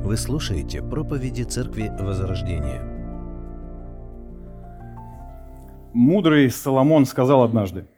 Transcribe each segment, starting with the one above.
Вы слушаете проповеди Церкви Возрождения. Мудрый Соломон сказал однажды: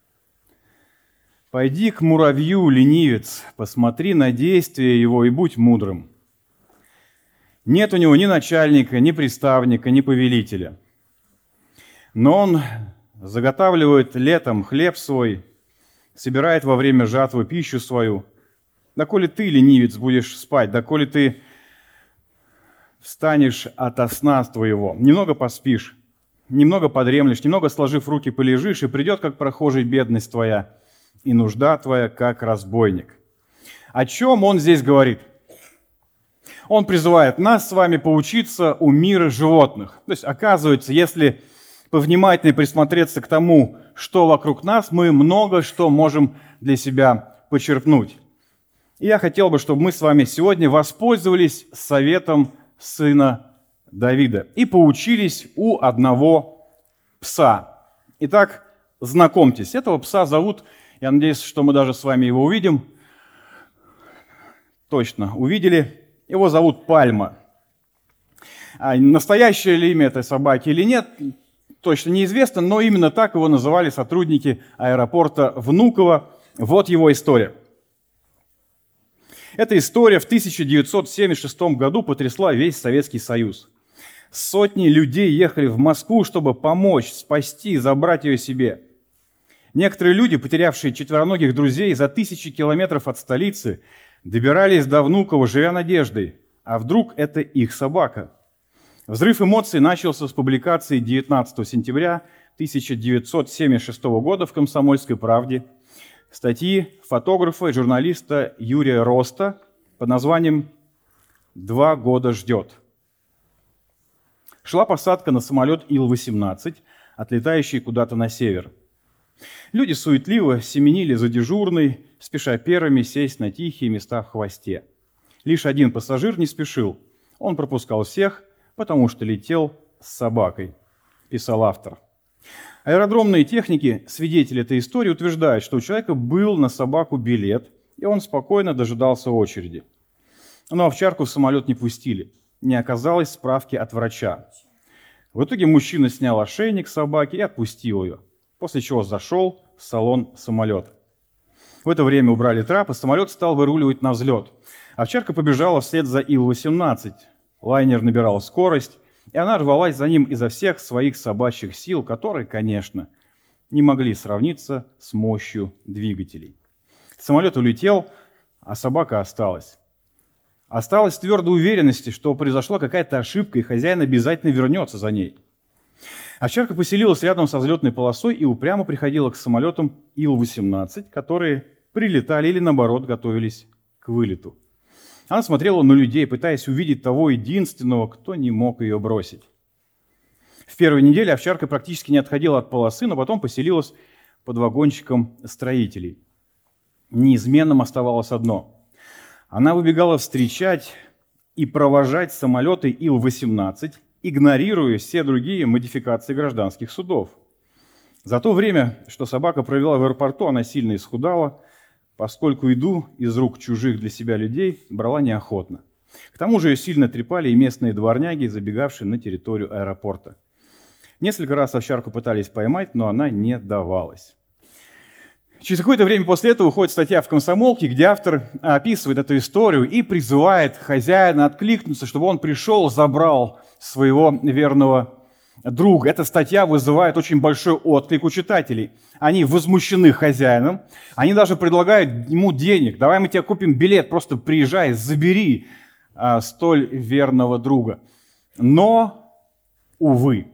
«Пойди к муравью, ленивец, посмотри на действия его и будь мудрым. Нет у него ни начальника, ни приставника, ни повелителя. Но он заготавливает летом хлеб свой, собирает во время жатвы пищу свою. Доколе ты, ленивец, будешь спать, доколе ты встанешь ото сна твоего, немного поспишь, немного подремлешь, немного сложив руки полежишь, и придет, как прохожий, бедность твоя, и нужда твоя, как разбойник». О чем он здесь говорит? Он призывает нас с вами поучиться у мира животных. То есть, оказывается, если повнимательнее присмотреться к тому, что вокруг нас, мы много что можем для себя почерпнуть. И я хотел бы, чтобы мы с вами сегодня воспользовались советом сына Давида и поучились у одного пса. Итак, знакомьтесь, этого пса зовут, я надеюсь, что мы даже с вами его увидим, точно увидели, его зовут Пальма. А настоящее ли имя этой собаки или нет, точно неизвестно, но именно так его называли сотрудники аэропорта Внуково. Вот его история. Эта история в 1976 году потрясла весь Советский Союз. Сотни людей ехали в Москву, чтобы помочь, спасти, забрать ее себе. Некоторые люди, потерявшие четвероногих друзей за тысячи километров от столицы, добирались до Внуково, живя надеждой. А вдруг это их собака? Взрыв эмоций начался с публикации 19 сентября 1976 года в «Комсомольской правде» статьи фотографа и журналиста Юрия Роста под названием «2 года ждет». Шла посадка на самолет Ил-18, отлетающий куда-то на север. Люди суетливо семенили за дежурной, спеша первыми сесть на тихие места в хвосте. Лишь один пассажир не спешил. Он пропускал всех, потому что летел с собакой, писал автор. Аэродромные техники, свидетели этой истории, утверждают, что у человека был на собаку билет, и он спокойно дожидался очереди. Но овчарку в самолет не пустили. Не оказалось справки от врача. В итоге мужчина снял ошейник собаки и отпустил ее, после чего зашел в салон самолета. В это время убрали трап, и самолет стал выруливать на взлет. Овчарка побежала вслед за Ил-18. Лайнер набирал скорость, и она рвалась за ним изо всех своих собачьих сил, которые, конечно, не могли сравниться с мощью двигателей. Самолет улетел, а собака осталась. Осталась в твердой уверенности, что произошла какая-то ошибка, и хозяин обязательно вернется за ней. Овчарка поселилась рядом со взлетной полосой и упрямо приходила к самолетам Ил-18, которые прилетали или, наоборот, готовились к вылету. Она смотрела на людей, пытаясь увидеть того единственного, кто не мог ее бросить. В первой неделе овчарка практически не отходила от полосы, но потом поселилась под вагончиком строителей. Неизменным оставалось одно. Она выбегала встречать и провожать самолеты Ил-18, игнорируя все другие модификации гражданских судов. За то время, что собака провела в аэропорту, она сильно исхудала, поскольку еду из рук чужих для себя людей брала неохотно. К тому же ее сильно трепали и местные дворняги, забегавшие на территорию аэропорта. Несколько раз овчарку пытались поймать, но она не давалась. Через какое-то время после этого уходит статья в «Комсомолке», где автор описывает эту историю и призывает хозяина откликнуться, чтобы он пришел, забрал своего верного друга. Эта статья вызывает очень большой отклик у читателей. Они возмущены хозяином, они даже предлагают ему денег. «Давай мы тебе купим билет, просто приезжай, забери столь верного друга». Но, увы,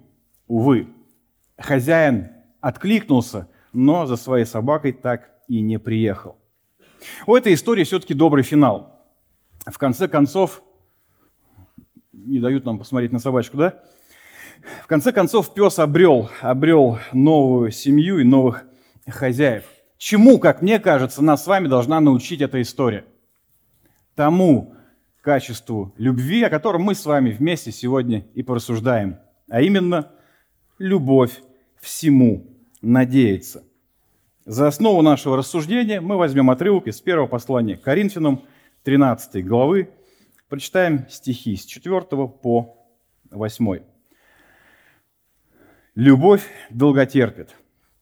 хозяин откликнулся, но за своей собакой так и не приехал. У этой истории все-таки добрый финал. В конце концов, не дают нам посмотреть на собачку, да? В конце концов, пес обрел новую семью и новых хозяев. Чему, как мне кажется, нас с вами должна научить эта история? Тому качеству любви, о котором мы с вами вместе сегодня и порассуждаем, а именно любовь всему надеяться. За основу нашего рассуждения мы возьмем отрывок из первого послания к Коринфянам, 13 главы, Прочитаем стихи с 4 по 8. «Любовь долготерпит,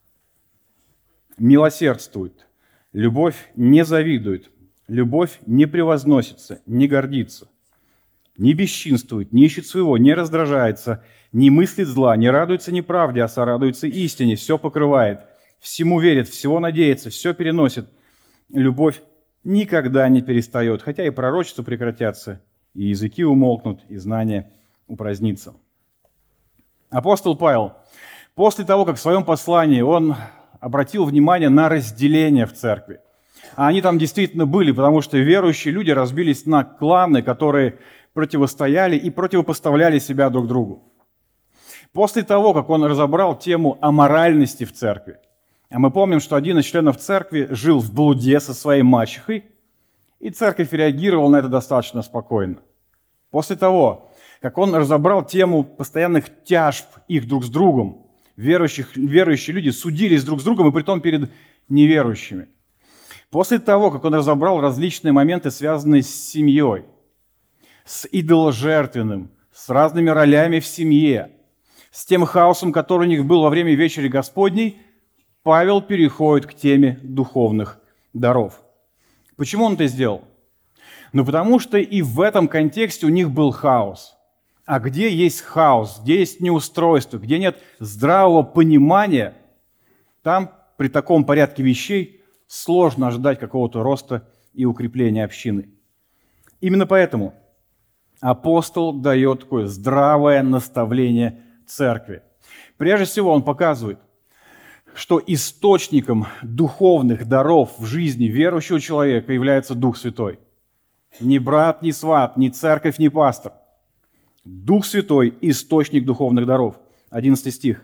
милосердствует, любовь не завидует, любовь не превозносится, не гордится, не бесчинствует, не ищет своего, не раздражается, не мыслит зла, не радуется неправде, а сорадуется истине, все покрывает, всему верит, всего надеется, все переносит. Любовь никогда не перестает, хотя и пророчества прекратятся, и языки умолкнут, и знание упразднится». Апостол Павел, после того, как в своем послании он обратил внимание на разделение в церкви, а они там действительно были, потому что верующие люди разбились на кланы, которые противостояли и противопоставляли себя друг другу. После того, как он разобрал тему аморальности в церкви, а мы помним, что один из членов церкви жил в блуде со своей мачехой, и церковь реагировала на это достаточно спокойно. После того, как он разобрал тему постоянных тяжб их друг с другом, верующие люди судились друг с другом, и притом перед неверующими. После того, как он разобрал различные моменты, связанные с семьей, с идоложертвенным, с разными ролями в семье, с тем хаосом, который у них был во время вечери Господней, Павел переходит к теме духовных даров. Почему он это сделал? Ну, потому что и в этом контексте у них был хаос. А где есть хаос, где есть неустройство, где нет здравого понимания, там при таком порядке вещей сложно ожидать какого-то роста и укрепления общины. Именно поэтому апостол дает такое здравое наставление церкви. Прежде всего, он показывает, что источником духовных даров в жизни верующего человека является Дух Святой. Ни брат, ни сват, ни церковь, ни пастор. Дух Святой – источник духовных даров. 11 стих.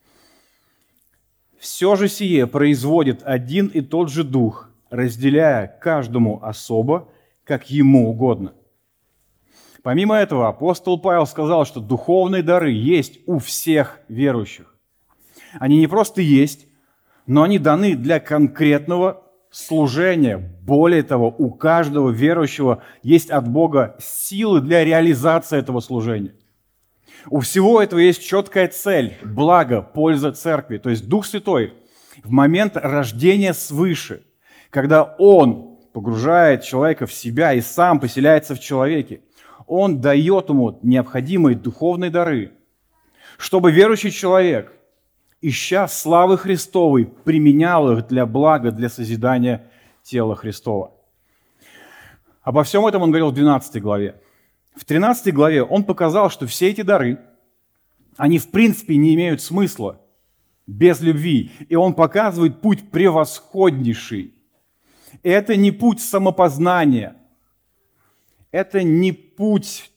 «Все же сие производит один и тот же Дух, разделяя каждому особо, как ему угодно». Помимо этого, апостол Павел сказал, что духовные дары есть у всех верующих. Они не просто есть, но они даны для конкретного служения. Более того, у каждого верующего есть от Бога силы для реализации этого служения. У всего этого есть четкая цель, благо, польза церкви. То есть Дух Святой в момент рождения свыше, когда Он погружает человека в себя и сам поселяется в человеке, Он дает ему необходимые духовные дары, чтобы верующий человек, ища славы Христовой, применял их для блага, для созидания тела Христова. Обо всем этом он говорил в 12 главе. В 13 главе он показал, что все эти дары, они в принципе не имеют смысла без любви. И он показывает путь превосходнейший. Это не путь самопознания. Это не путь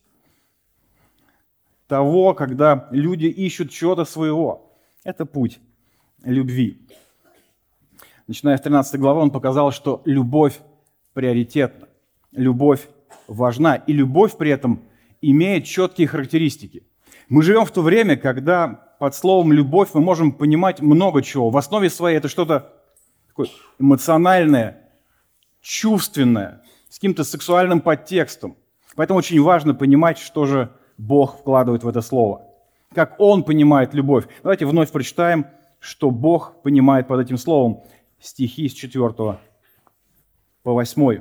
того, когда люди ищут чего-то своего. Это путь любви. Начиная с 13 главы, он показал, что любовь приоритетна, любовь важна, и любовь при этом имеет четкие характеристики. Мы живем в то время, когда под словом «любовь» мы можем понимать много чего. В основе своей это что-то такое эмоциональное, чувственное, с каким-то сексуальным подтекстом. Поэтому очень важно понимать, что же Бог вкладывает в это слово. Как Он понимает любовь. Давайте вновь прочитаем, что Бог понимает под этим словом. Стихи с 4 по 8.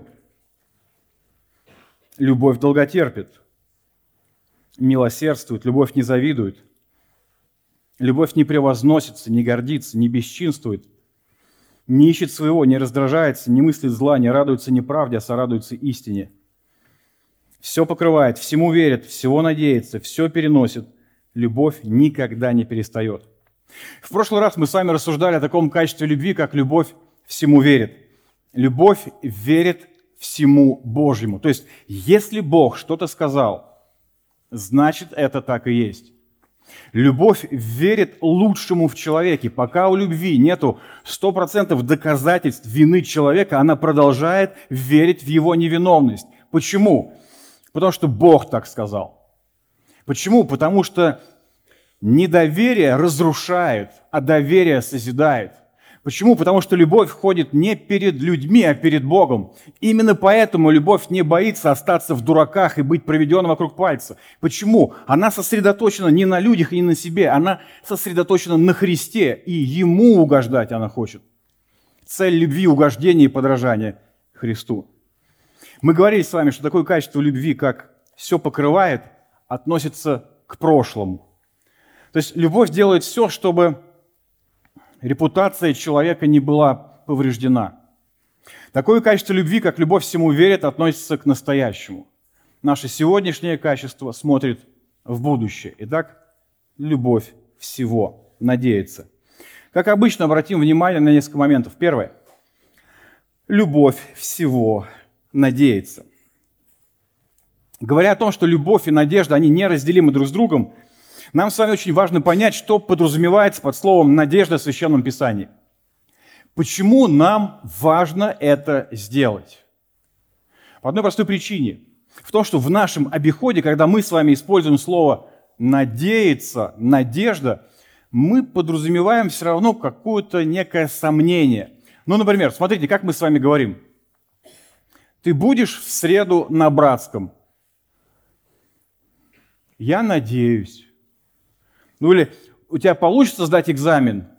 «Любовь долготерпит, милосердствует, любовь не завидует, любовь не превозносится, не гордится, не бесчинствует, не ищет своего, не раздражается, не мыслит зла, не радуется неправде, а сорадуется истине. Все покрывает, всему верит, всего надеется, все переносит. Любовь никогда не перестает». В прошлый раз мы с вами рассуждали о таком качестве любви, как любовь всему верит. Любовь верит всему Божьему. То есть, если Бог что-то сказал, значит, это так и есть. Любовь верит лучшему в человеке. Пока у любви нету 100% доказательств вины человека, она продолжает верить в его невиновность. Почему? Потому что Бог так сказал. Почему? Потому что недоверие разрушает, а доверие созидает. Почему? Потому что любовь ходит не перед людьми, а перед Богом. Именно поэтому любовь не боится остаться в дураках и быть проведенной вокруг пальца. Почему? Она сосредоточена не на людях и не на себе, она сосредоточена на Христе, и Ему угождать она хочет. Цель любви – угождение и подражание Христу. Мы говорили с вами, что такое качество любви, как все покрывает, относится к прошлому. То есть любовь делает все, чтобы репутация человека не была повреждена. Такое качество любви, как любовь всему верит, относится к настоящему. Наше сегодняшнее качество смотрит в будущее. Итак, любовь всего надеется. Как обычно, обратим внимание на несколько моментов. Первое. Любовь всего надеется. Говоря о том, что любовь и надежда, они неразделимы друг с другом, нам с вами очень важно понять, что подразумевается под словом «надежда» в Священном Писании. Почему нам важно это сделать? По одной простой причине. В том, что в нашем обиходе, когда мы с вами используем слово «надеяться», «надежда», мы подразумеваем все равно какое-то некое сомнение. Ну, например, смотрите, как мы с вами говорим. Ты будешь в среду на Братском? Я надеюсь. Ну или у тебя получится сдать экзамен?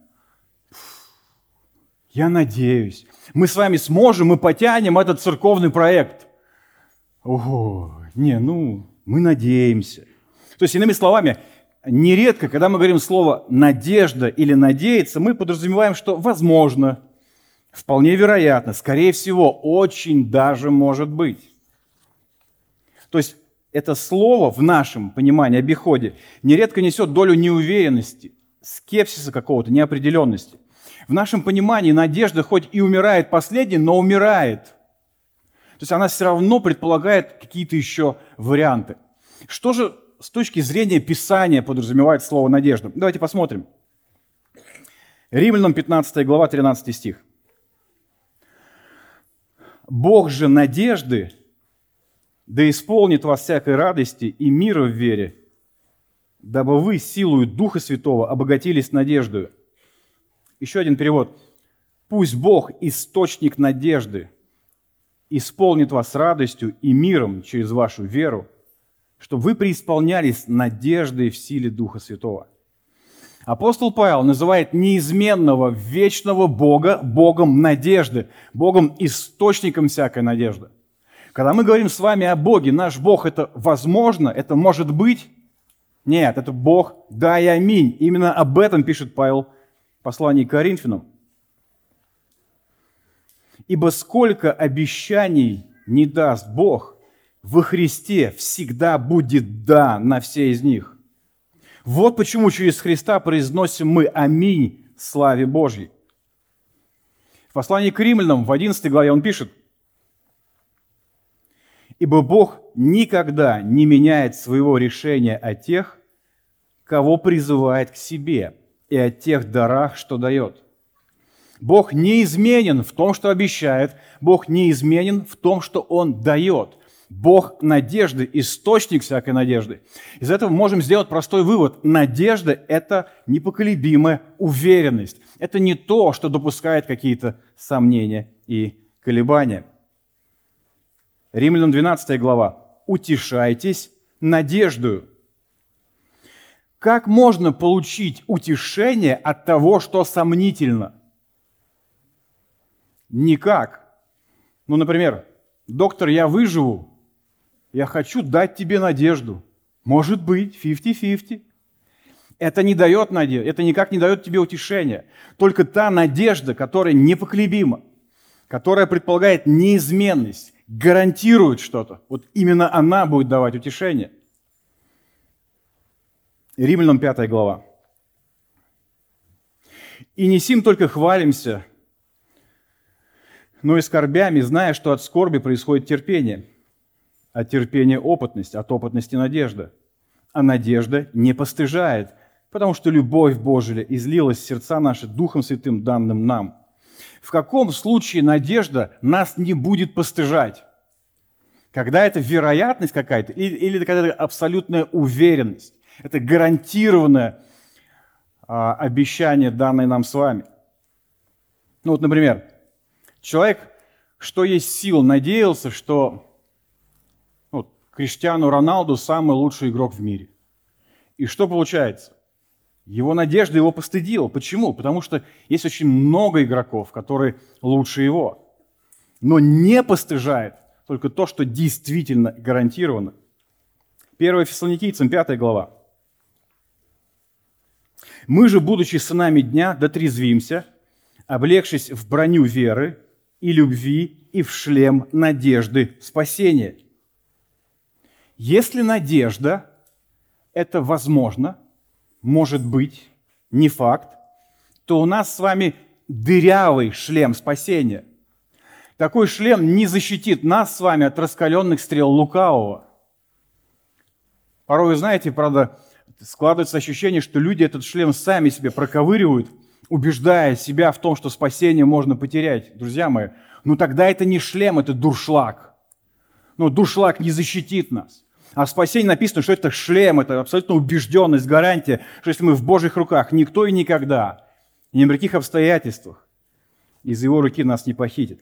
Я надеюсь. Мы с вами сможем, мы потянем этот церковный проект. Ого, мы надеемся. То есть, иными словами, нередко, когда мы говорим слово «надежда» или «надеяться», мы подразумеваем, что возможно, вполне вероятно, скорее всего, очень даже может быть. То есть, это слово в нашем понимании, обиходе, нередко несет долю неуверенности, скепсиса какого-то, неопределенности. В нашем понимании надежда хоть и умирает последней, но умирает. То есть она все равно предполагает какие-то еще варианты. Что же с точки зрения Писания подразумевает слово «надежда»? Давайте посмотрим. Римлянам 15 глава, 13 стих. «Бог же надежды да исполнит вас всякой радости и мира в вере, дабы вы силою Духа Святого обогатились надеждою». Еще один перевод. «Пусть Бог, источник надежды, исполнит вас радостью и миром через вашу веру, чтобы вы преисполнялись надеждой в силе Духа Святого». Апостол Павел называет неизменного, вечного Бога Богом надежды, Богом источником всякой надежды. Когда мы говорим с вами о Боге, наш Бог – это возможно, это может быть? Нет, это Бог «да» и «аминь». Именно об этом пишет Павел в послании к Коринфянам. «Ибо сколько обещаний не даст Бог, во Христе всегда будет «да» на все из них». Вот почему через Христа произносим мы «Аминь» славе Божьей. В послании к Римлянам в 11 главе он пишет: «Ибо Бог никогда не меняет своего решения о тех, кого призывает к себе, и о тех дарах, что дает». Бог неизменен в том, что обещает, Бог неизменен в том, что Он дает. Бог надежды, источник всякой надежды. Из этого мы можем сделать простой вывод. Надежда – это непоколебимая уверенность. Это не то, что допускает какие-то сомнения и колебания. Римлянам 12 глава. «Утешайтесь надеждою». Как можно получить утешение от того, что сомнительно? Никак. Например, доктор, я выживу. Я хочу дать тебе надежду. Может быть, 50-50. Это не дает надежды, это никак не дает тебе утешения. Только та надежда, которая непоколебима, которая предполагает неизменность, гарантирует что-то. Вот именно она будет давать утешение. Римлянам 5 глава. «И не сим только хвалимся, но и скорбями, зная, что от скорби происходит терпение, от терпения опытность, от опытности надежда. А надежда не постыжает, потому что любовь Божия излилась в сердца наши Духом Святым, данным нам». В каком случае надежда нас не будет постыжать? Когда это вероятность какая-то или когда это абсолютная уверенность? Это гарантированное обещание, данное нам с вами. Ну вот, например, человек, что есть сил, надеялся, что Криштиану Роналду самый лучший игрок в мире. И что получается? Его надежда его постыдила. Почему? Потому что есть очень много игроков, которые лучше его. Но не постыжает только то, что действительно гарантировано. 1 Фессалоникийцам, 5 глава. «Мы же, будучи сынами дня, дотрезвимся, облегшись в броню веры и любви и в шлем надежды спасения». Если надежда – это возможно, может быть, не факт, то у нас с вами дырявый шлем спасения. Такой шлем не защитит нас с вами от раскаленных стрел лукавого. Порой, вы знаете, правда, складывается ощущение, что люди этот шлем сами себе проковыривают, убеждая себя в том, что спасение можно потерять. Друзья мои, тогда это не шлем, это дуршлаг. Дуршлаг не защитит нас. А в спасении написано, что это шлем, это абсолютно убежденность, гарантия, что если мы в Божьих руках, никто и никогда, и ни при каких обстоятельствах из Его руки нас не похитит.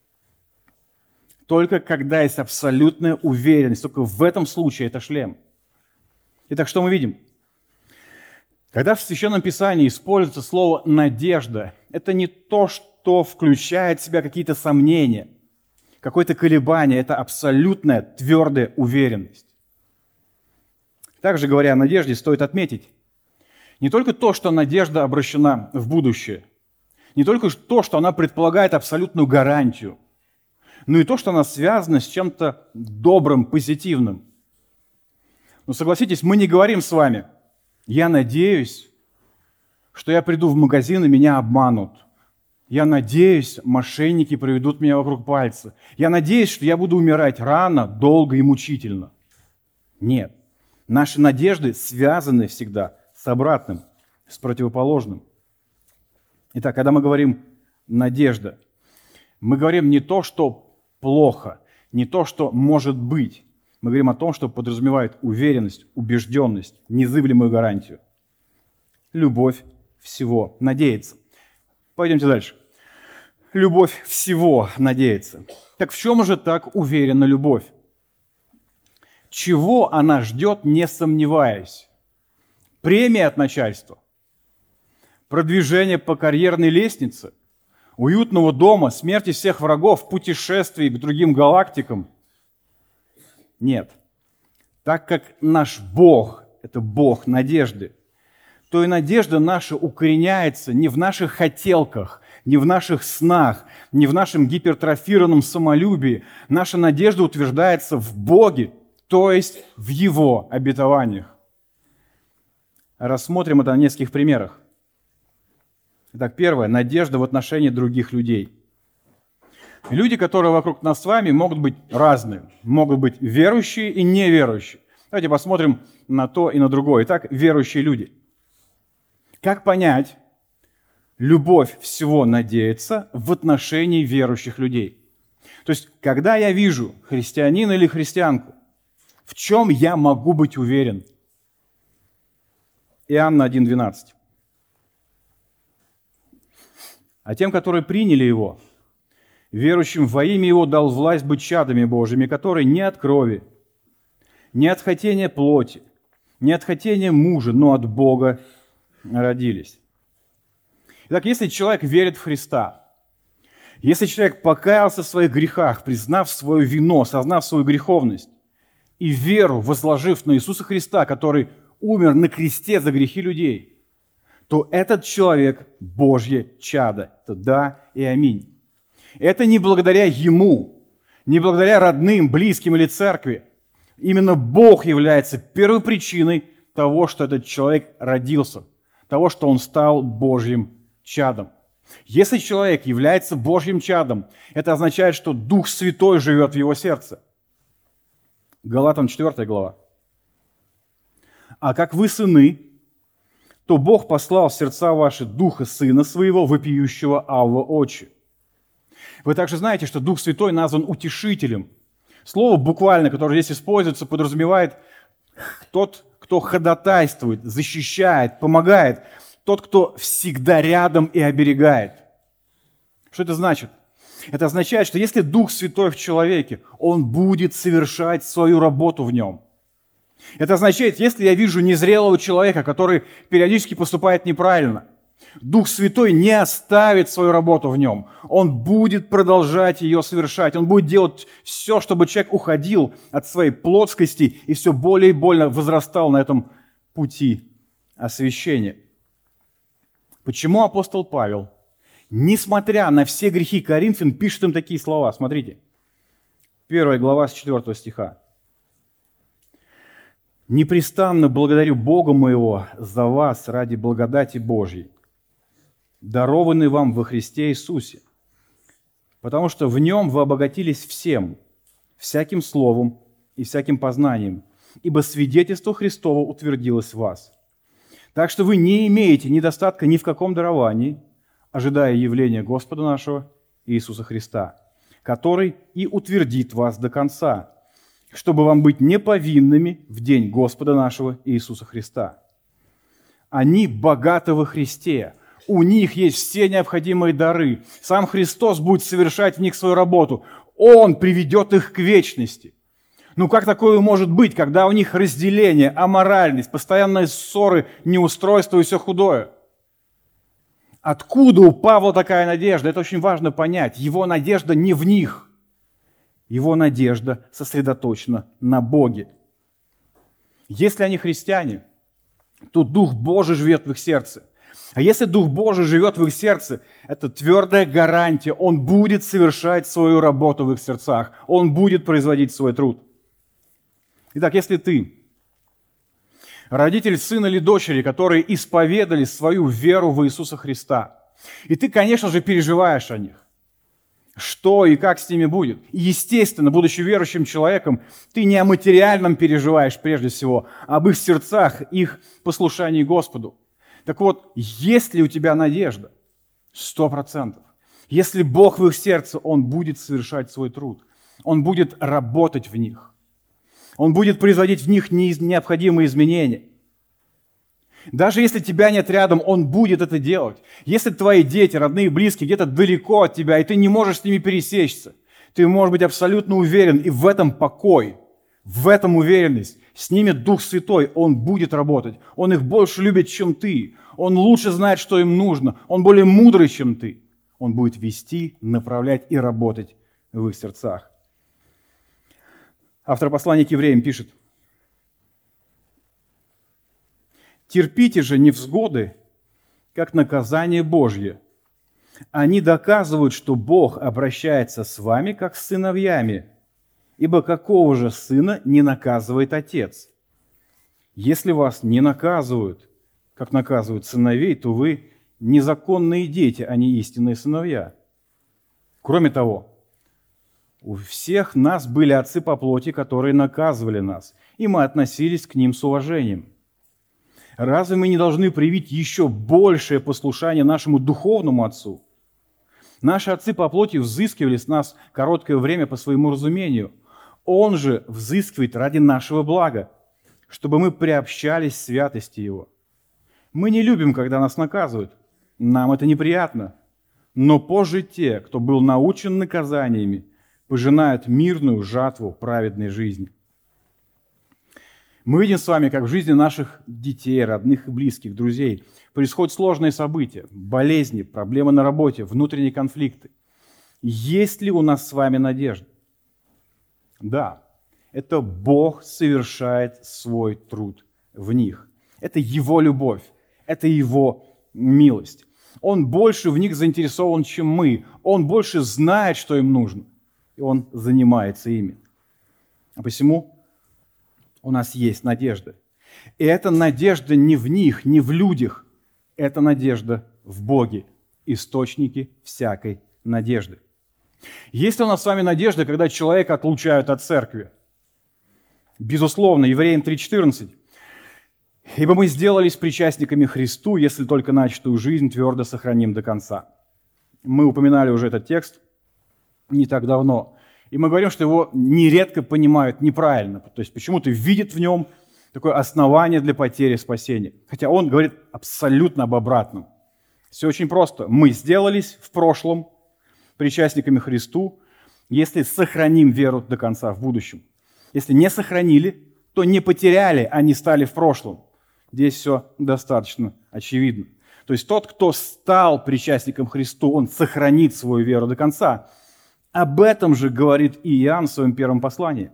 Только когда есть абсолютная уверенность, только в этом случае это шлем. Итак, что мы видим? Когда в Священном Писании используется слово «надежда», это не то, что включает в себя какие-то сомнения, какое-то колебание, это абсолютная твердая уверенность. Также, говоря о надежде, стоит отметить не только то, что надежда обращена в будущее, не только то, что она предполагает абсолютную гарантию, но и то, что она связана с чем-то добрым, позитивным. Но согласитесь, мы не говорим с вами: «Я надеюсь, что я приду в магазин и меня обманут. Я надеюсь, мошенники проведут меня вокруг пальца. Я надеюсь, что я буду умирать рано, долго и мучительно». Нет. Наши надежды связаны всегда с обратным, с противоположным. Итак, когда мы говорим «надежда», мы говорим не то, что плохо, не то, что может быть. Мы говорим о том, что подразумевает уверенность, убежденность, незыблемую гарантию. Любовь всего надеется. Пойдемте дальше. Любовь всего надеется. Так в чем же так уверена любовь? Чего она ждет, не сомневаясь? Премии от начальства? Продвижение по карьерной лестнице? Уютного дома, смерти всех врагов, путешествий к другим галактикам? Нет. Так как наш Бог – это Бог надежды, то и надежда наша укореняется не в наших хотелках, не в наших снах, не в нашем гипертрофированном самолюбии. Наша надежда утверждается в Боге, то есть в Его обетованиях. Рассмотрим это на нескольких примерах. Итак, первое – надежда в отношении других людей. Люди, которые вокруг нас с вами, могут быть разные. Могут быть верующие и неверующие. Давайте посмотрим на то и на другое. Итак, верующие люди. Как понять, любовь всего надеется в отношении верующих людей? То есть, когда я вижу христианина или христианку, в чем я могу быть уверен? Иоанна 1:12. А тем, которые приняли Его, верующим во имя Его дал власть быть чадами Божьими, которые не от крови, не от хотения плоти, не от хотения мужа, но от Бога родились. Итак, если человек верит в Христа, если человек покаялся в своих грехах, признав свою вину, осознав свою греховность, и веру возложив на Иисуса Христа, который умер на кресте за грехи людей, то этот человек – Божье чадо. Это да и аминь. Это не благодаря ему, не благодаря родным, близким или церкви. Именно Бог является первопричиной того, что этот человек родился, того, что он стал Божьим чадом. Если человек является Божьим чадом, это означает, что Дух Святой живет в его сердце. Галатам 4 глава. «А как вы сыны, то Бог послал в сердца ваши Духа Сына Своего, вопиющего Авва Отче». Вы также знаете, что Дух Святой назван утешителем. Слово буквально, которое здесь используется, подразумевает тот, кто ходатайствует, защищает, помогает, тот, кто всегда рядом и оберегает. Что это значит? Это означает, что если Дух Святой в человеке, Он будет совершать свою работу в нем. Это означает, если я вижу незрелого человека, который периодически поступает неправильно, Дух Святой не оставит свою работу в нем. Он будет продолжать ее совершать. Он будет делать все, чтобы человек уходил от своей плотскости и все более и более возрастал на этом пути освящения. Почему апостол Павел, несмотря на все грехи Коринфян, пишет им такие слова? Смотрите, 1 глава с 4 стиха. «Непрестанно благодарю Бога моего за вас ради благодати Божьей, дарованной вам во Христе Иисусе, потому что в Нем вы обогатились всем, всяким словом и всяким познанием, ибо свидетельство Христово утвердилось в вас. Так что вы не имеете недостатка ни в каком даровании, ожидая явления Господа нашего Иисуса Христа, который и утвердит вас до конца, чтобы вам быть неповинными в день Господа нашего Иисуса Христа. Они богаты во Христе, у них есть все необходимые дары. Сам Христос будет совершать в них свою работу. Он приведет их к вечности. Ну как такое может быть, когда у них разделение, аморальность, постоянные ссоры, неустройство и все худое? Откуда у Павла такая надежда? Это очень важно понять. Его надежда не в них. Его надежда сосредоточена на Боге. Если они христиане, то Дух Божий живет в их сердце. А если Дух Божий живет в их сердце, это твердая гарантия, Он будет совершать свою работу в их сердцах, Он будет производить свой труд. Итак, если ты родитель сына или дочери, которые исповедали свою веру в Иисуса Христа, и ты, конечно же, переживаешь о них, что и как с ними будет. И, естественно, будучи верующим человеком, ты не о материальном переживаешь прежде всего, а об их сердцах, их послушании Господу. Так вот, есть ли у тебя надежда? 100%. Если Бог в их сердце, Он будет совершать свой труд. Он будет работать в них. Он будет производить в них необходимые изменения. Даже если тебя нет рядом, Он будет это делать. Если твои дети, родные, близкие где-то далеко от тебя, и ты не можешь с ними пересечься, ты можешь быть абсолютно уверен, и в этом покой, в этом уверенность. С ними Дух Святой, Он будет работать. Он их больше любит, чем ты. Он лучше знает, что им нужно. Он более мудрый, чем ты. Он будет вести, направлять и работать в их сердцах. Автор послания к евреям пишет: «Терпите же невзгоды, как наказание Божье. Они доказывают, что Бог обращается с вами, как с сыновьями, ибо какого же сына не наказывает отец? Если вас не наказывают, как наказывают сыновей, то вы незаконные дети, а не истинные сыновья. Кроме того, у всех нас были отцы по плоти, которые наказывали нас, и мы относились к ним с уважением. Разве мы не должны привить еще большее послушание нашему духовному отцу? Наши отцы по плоти взыскивали с нас короткое время по своему разумению. Он же взыскивает ради нашего блага, чтобы мы приобщались к святости Его. Мы не любим, когда нас наказывают. Нам это неприятно. Но позже те, кто был научен наказаниями, пожинают мирную жатву праведной жизни». Мы видим с вами, как в жизни наших детей, родных и близких, друзей происходят сложные события, болезни, проблемы на работе, внутренние конфликты. Есть ли у нас с вами надежда? Да, это Бог совершает свой труд в них. Это Его любовь, это Его милость. Он больше в них заинтересован, чем мы. Он больше знает, что им нужно, и Он занимается ими. А посему у нас есть надежда. И эта надежда не в них, не в людях. Это надежда в Боге, источнике всякой надежды. Есть ли у нас с вами надежда, когда человека отлучают от церкви? Безусловно, Евреям 3:14. «Ибо мы сделались причастниками Христу, если только начатую жизнь твердо сохраним до конца». Мы упоминали уже этот текст не так давно. И мы говорим, что его нередко понимают неправильно. То есть почему-то видят в нем такое основание для потери спасения. Хотя он говорит абсолютно об обратном. Все очень просто. Мы сделались в прошлом причастниками Христу, если сохраним веру до конца в будущем. Если не сохранили, то не потеряли, а не стали в прошлом. Здесь все достаточно очевидно. То есть тот, кто стал причастником Христу, он сохранит свою веру до конца. Об этом же говорит и Иоанн в своем первом послании.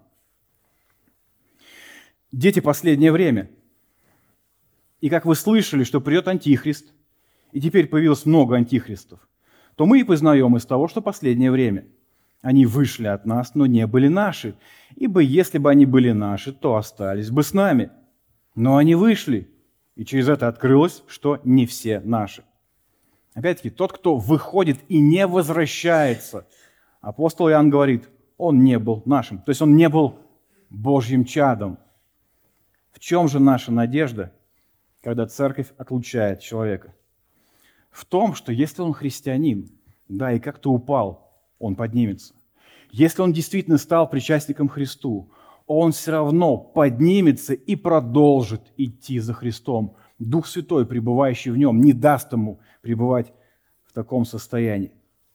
Дети, последнее время. И как вы слышали, что придет Антихрист, и теперь появилось много антихристов, то мы и познаем из того, что последнее время. Они вышли от нас, но не были наши, ибо если бы они были наши, то остались бы с нами. Но они вышли, и через это открылось, что не все наши. Опять-таки, тот, кто выходит и не возвращается, апостол Иоанн говорит, он не был нашим, то есть он не был Божьим чадом. В чем же наша надежда, когда церковь отлучает человека? В том, что если он христианин, да, и как-то упал, он поднимется. Если он действительно стал причастником Христу, он все равно поднимется и продолжит идти за Христом. Дух Святой, пребывающий в нем, не даст ему пребывать в таком состоянии.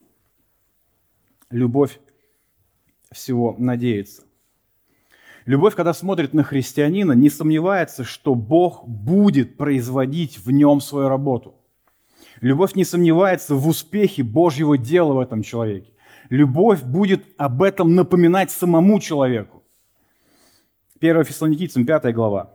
Любовь всего надеется. Любовь, когда смотрит на христианина, не сомневается, что Бог будет производить в нем свою работу. Любовь не сомневается в успехе Божьего дела в этом человеке. Любовь будет об этом напоминать самому человеку. 1 Фессалоникийцам, 5 глава.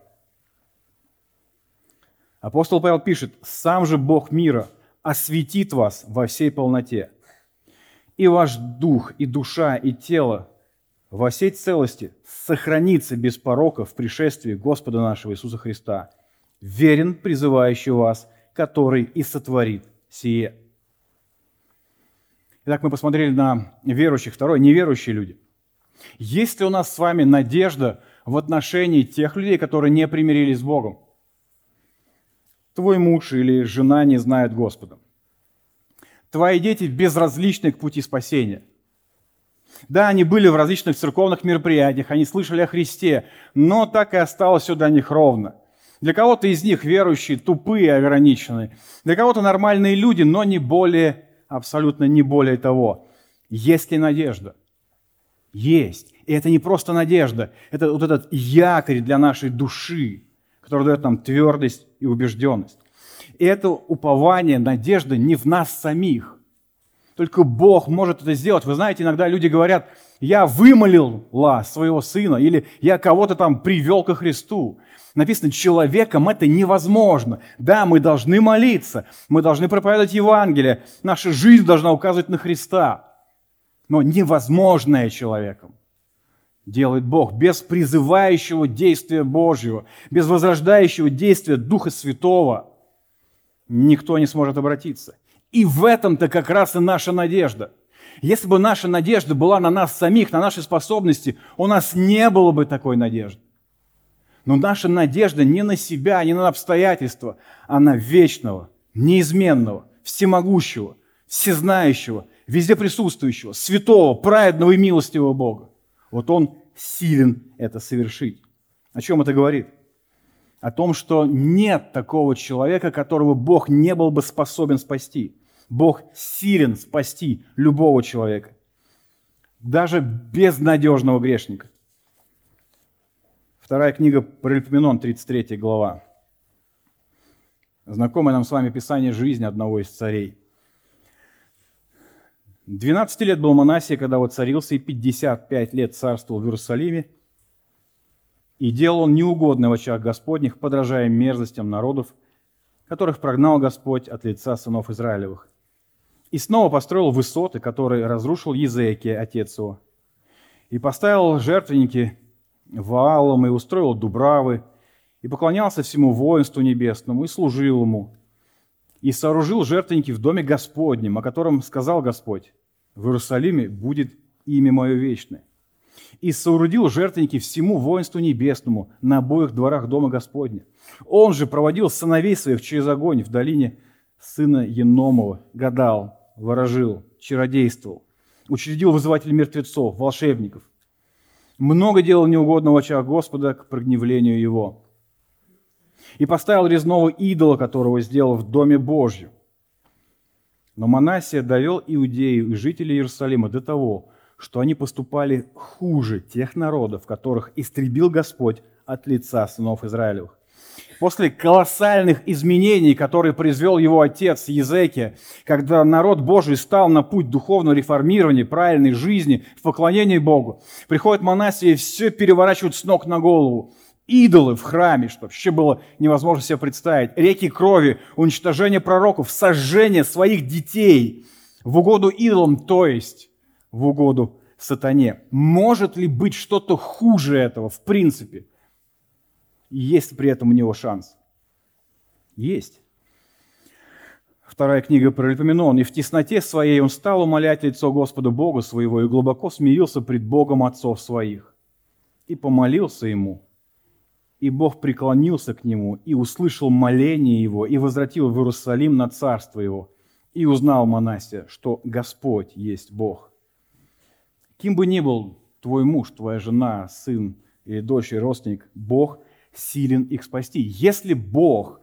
Апостол Павел пишет: «Сам же Бог мира осветит вас во всей полноте, и ваш дух, и душа, и тело во всей целости сохранится без порока в пришествии Господа нашего Иисуса Христа, верен призывающий вас, который и сотворит сие». Итак, мы посмотрели на верующих. Второе, неверующие люди. Есть ли у нас с вами надежда в отношении тех людей, которые не примирились с Богом? Твой муж или жена не знают Господа. Твои дети безразличны к пути спасения. Да, они были в различных церковных мероприятиях, они слышали о Христе, но так и осталось все для них ровно. Для кого-то из них верующие тупые и ограниченные, для кого-то нормальные люди, но не более, абсолютно не более того. Есть ли надежда? Есть. И это не просто надежда, это вот этот якорь для нашей души, который дает нам твердость и убежденность. И это упование, надежда не в нас самих. Только Бог может это сделать. Вы знаете, иногда люди говорят: я вымолила своего сына, или я кого-то там привел ко Христу. Написано, человеком это невозможно. Да, мы должны молиться, мы должны проповедовать Евангелие, наша жизнь должна указывать на Христа. Но невозможное человеком делает Бог без призывающего действия Божьего, без возрождающего действия Духа Святого. Никто не сможет обратиться. И в этом-то как раз и наша надежда. Если бы наша надежда была на нас самих, на наши способности, у нас не было бы такой надежды. Но наша надежда не на себя, не на обстоятельства, а на вечного, неизменного, всемогущего, всезнающего, везде присутствующего, святого, праведного и милостивого Бога. Вот Он силен это совершить. О чем это говорит? О том, что нет такого человека, которого Бог не был бы способен спасти. Бог силен спасти любого человека, даже безнадежного грешника. Вторая книга Паралипоменон, 33 глава. Знакомое нам с вами описание жизни одного из царей. 12 лет был Манасия, когда воцарился, и 55 лет царствовал в Иерусалиме. И делал он неугодное в очах Господних, подражая мерзостям народов, которых прогнал Господь от лица сынов Израилевых. И снова построил высоты, которые разрушил Езекия, отец его. И поставил жертвенники Ваалам, и устроил дубравы, и поклонялся всему воинству небесному, и служил ему. И сооружил жертвенники в доме Господнем, о котором сказал Господь: в Иерусалиме будет имя мое вечное. И соорудил жертвенники всему воинству небесному на обоих дворах дома Господня. Он же проводил сыновей своих через огонь в долине сына Еномова, гадал, ворожил, чародействовал, учредил вызывателей мертвецов, волшебников. Много делал неугодного в очах Господа к прогневлению его. И поставил резного идола, которого сделал в доме Божьем. Но Манассия довел Иудею и жителей Иерусалима до того, что они поступали хуже тех народов, которых истребил Господь от лица сынов Израилевых. После колоссальных изменений, которые произвел его отец Иезекия, когда народ Божий стал на путь духовного реформирования, правильной жизни, в поклонении Богу, приходит Манассия и все переворачивает с ног на голову. Идолы в храме, что вообще было невозможно себе представить, реки крови, уничтожение пророков, сожжение своих детей в угоду идолам, то есть в угоду сатане. Может ли быть что-то хуже этого в принципе? Есть при этом у него шанс? Есть. Вторая книга Паралипоменон. «И в тесноте своей он стал умолять лицо Господа Бога своего и глубоко смирился пред Богом отцов своих. И помолился ему, и Бог преклонился к нему, и услышал моление его, и возвратил в Иерусалим на царство его. И узнал Манассия, что Господь есть Бог». Кем бы ни был твой муж, твоя жена, сын или дочь, или родственник, Бог силен их спасти. Если Бог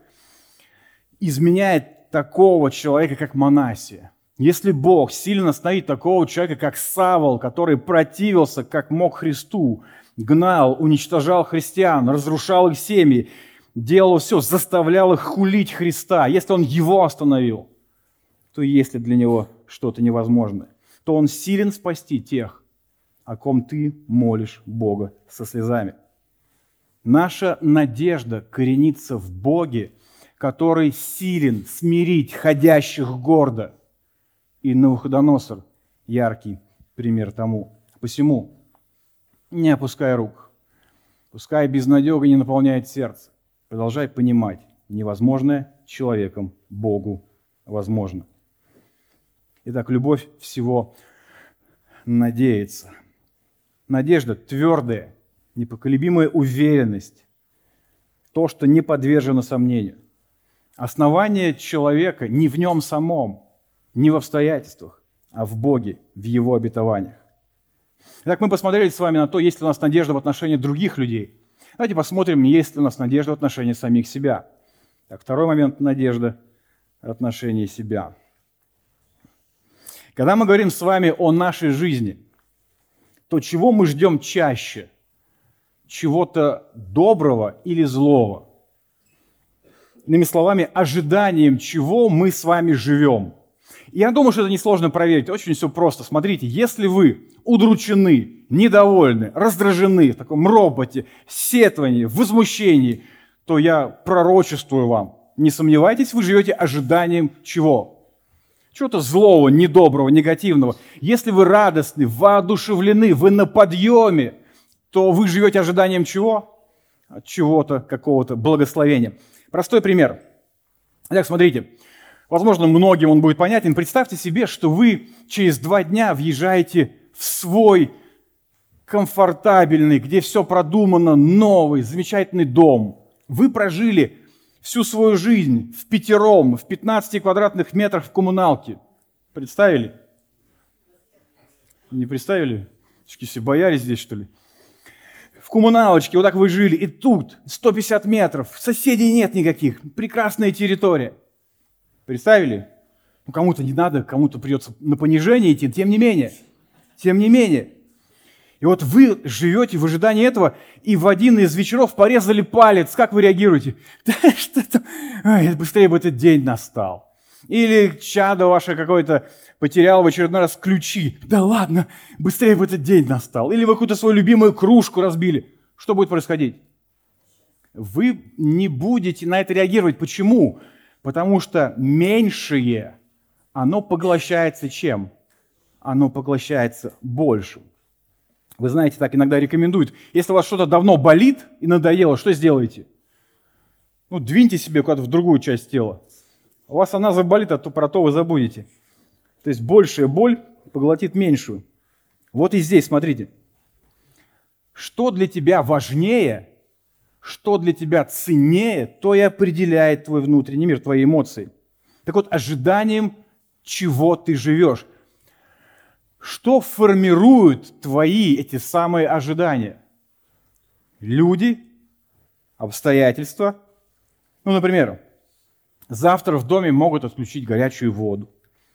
изменяет такого человека, как Манассия, если Бог сильно остановит такого человека, как Савл, который противился, как мог, Христу, гнал, уничтожал христиан, разрушал их семьи, делал все, заставлял их хулить Христа, если он его остановил, то есть ли для него что-то невозможное, то он силен спасти тех, о ком ты молишь Бога со слезами. Наша надежда коренится в Боге, который силен смирить ходящих гордо. И Навуходоносор – яркий пример тому. Посему не опускай рук, пускай безнадега не наполняет сердце. Продолжай понимать, невозможное человеком Богу возможно. Итак, любовь всего надеется. Надежда твердая, непоколебимая уверенность, то, что не подвержено сомнению. Основание человека не в нем самом, не в обстоятельствах, а в Боге, в Его обетованиях. Итак, мы посмотрели с вами на то, есть ли у нас надежда в отношении других людей. Давайте посмотрим, есть ли у нас надежда в отношении самих себя. Так, второй момент – надежда в отношении себя. Когда мы говорим с вами о нашей жизни, то чего мы ждем чаще? Чего-то доброго или злого? Иными словами, ожиданием чего мы с вами живем. И я думаю, что это несложно проверить. Очень все просто. Смотрите, если вы удручены, недовольны, раздражены в таком ропоте, сетвании, возмущении, то я пророчествую вам. Не сомневайтесь, вы живете ожиданием чего? Чего-то злого, недоброго, негативного. Если вы радостны, воодушевлены, вы на подъеме, то вы живете ожиданием чего? От чего-то, какого-то благословения. Простой пример. Итак, смотрите. Возможно, многим он будет понятен. Представьте себе, что вы через 2 дня въезжаете в свой комфортабельный, где все продумано, новый, замечательный дом. Вы прожили всю свою жизнь впятером, в 15 квадратных метрах в коммуналке. Представили? Не представили? Все боялись здесь, что ли? В коммуналочке, вот так вы жили, и тут 150 метров, соседей нет никаких, прекрасная территория. Представили? Ну, кому-то не надо, кому-то придется на понижение идти, тем не менее. И вот вы живете в ожидании этого, и в один из вечеров порезали палец. Как вы реагируете? Да что там? Ой, быстрее бы этот день настал. Или чадо ваше какое-то потеряло в очередной раз ключи. Да ладно, быстрее бы этот день настал. Или вы какую-то свою любимую кружку разбили. Что будет происходить? Вы не будете на это реагировать. Почему? Потому что меньшее, оно поглощается чем? Оно поглощается большим. Вы знаете, так иногда рекомендуют. Если у вас что-то давно болит и надоело, что сделаете? Ну, двиньте себе куда-то в другую часть тела. У вас она заболит, а то про то вы забудете. То есть большая боль поглотит меньшую. Вот и здесь, смотрите. Что для тебя важнее, что для тебя ценнее, то и определяет твой внутренний мир, твои эмоции. Так вот, ожиданием чего ты живешь. Что формирует твои эти самые ожидания? Люди, обстоятельства. Ну, например, завтра в доме могут отключить горячую воду.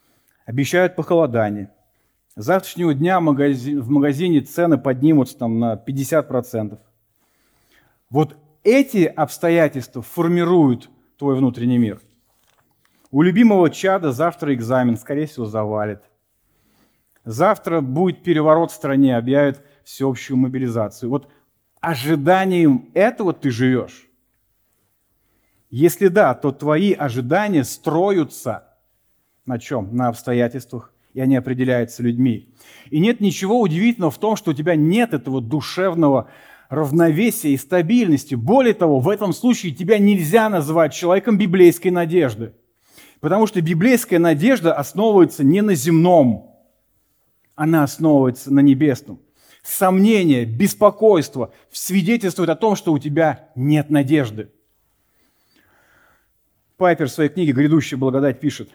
обещают похолодание. С завтрашнего дня в магазине цены поднимутся там на 50%. Вот эти обстоятельства формируют твой внутренний мир. У любимого чада завтра экзамен, скорее всего, завалит. Завтра будет переворот в стране, объявят всеобщую мобилизацию. Вот ожиданием этого ты живешь. Если да, то твои ожидания строятся на чем? На обстоятельствах, и они определяются людьми. И нет ничего удивительного в том, что у тебя нет этого душевного равновесия и стабильности. Более того, в этом случае тебя нельзя называть человеком библейской надежды. Потому что библейская надежда основывается не на земном, она основывается на небесном. Сомнение, беспокойство свидетельствует о том, что у тебя нет надежды. Пайпер в своей книге «Грядущая благодать» пишет: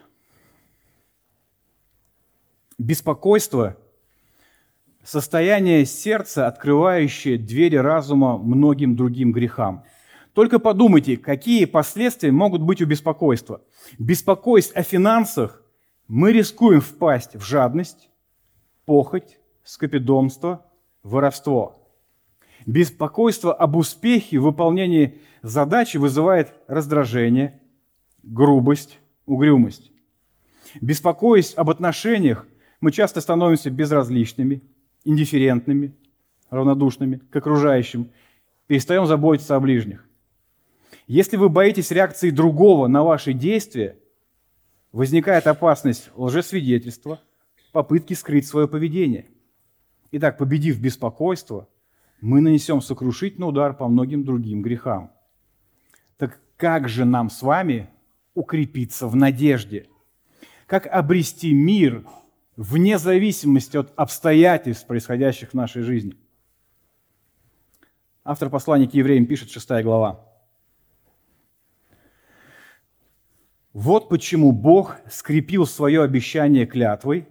беспокойство – состояние сердца, открывающее двери разума многим другим грехам. Только подумайте, какие последствия могут быть у беспокойства. Беспокоясь о финансах, мы рискуем впасть в жадность, похоть, скопидомство, воровство. Беспокойство об успехе в выполнении задачи вызывает раздражение, грубость, угрюмость. Беспокоясь об отношениях, мы часто становимся безразличными, индифферентными, равнодушными к окружающим, перестаем заботиться о ближних. Если вы боитесь реакции другого на ваши действия, возникает опасность лжесвидетельства, попытки скрыть свое поведение. Итак, победив беспокойство, мы нанесем сокрушительный удар по многим другим грехам. Так как же нам с вами укрепиться в надежде? Как обрести мир вне зависимости от обстоятельств, происходящих в нашей жизни? Автор послания к евреям пишет, 6 глава. «Вот почему Бог скрепил свое обещание клятвой,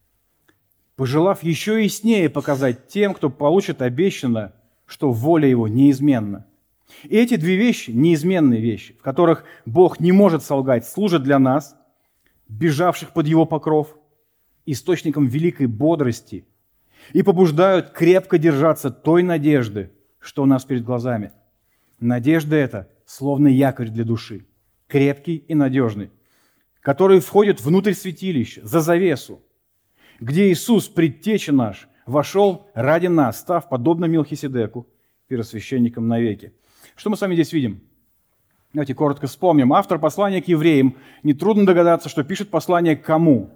пожелав еще яснее показать тем, кто получит обещанное, что воля Его неизменна. И эти две вещи, неизменные вещи, в которых Бог не может солгать, служат для нас, бежавших под Его покров, источником великой бодрости и побуждают крепко держаться той надежды, что у нас перед глазами. Надежда эта словно якорь для души, крепкий и надежный, который входит внутрь святилища, за завесу, где Иисус, предтеча наш, вошел ради нас, став подобно Мелхиседеку, первосвященником навеки». Что мы с вами здесь видим? Давайте коротко вспомним. Автор послания к евреям, нетрудно догадаться, что пишет послание к кому?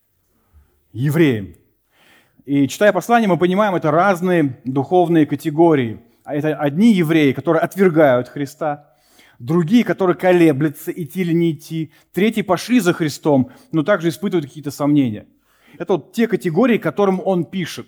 Евреям. И читая послание, мы понимаем, это разные духовные категории. Это одни евреи, которые отвергают Христа, другие, которые колеблются, идти или не идти, третьи пошли за Христом, но также испытывают какие-то сомнения. Это вот те категории, которым он пишет.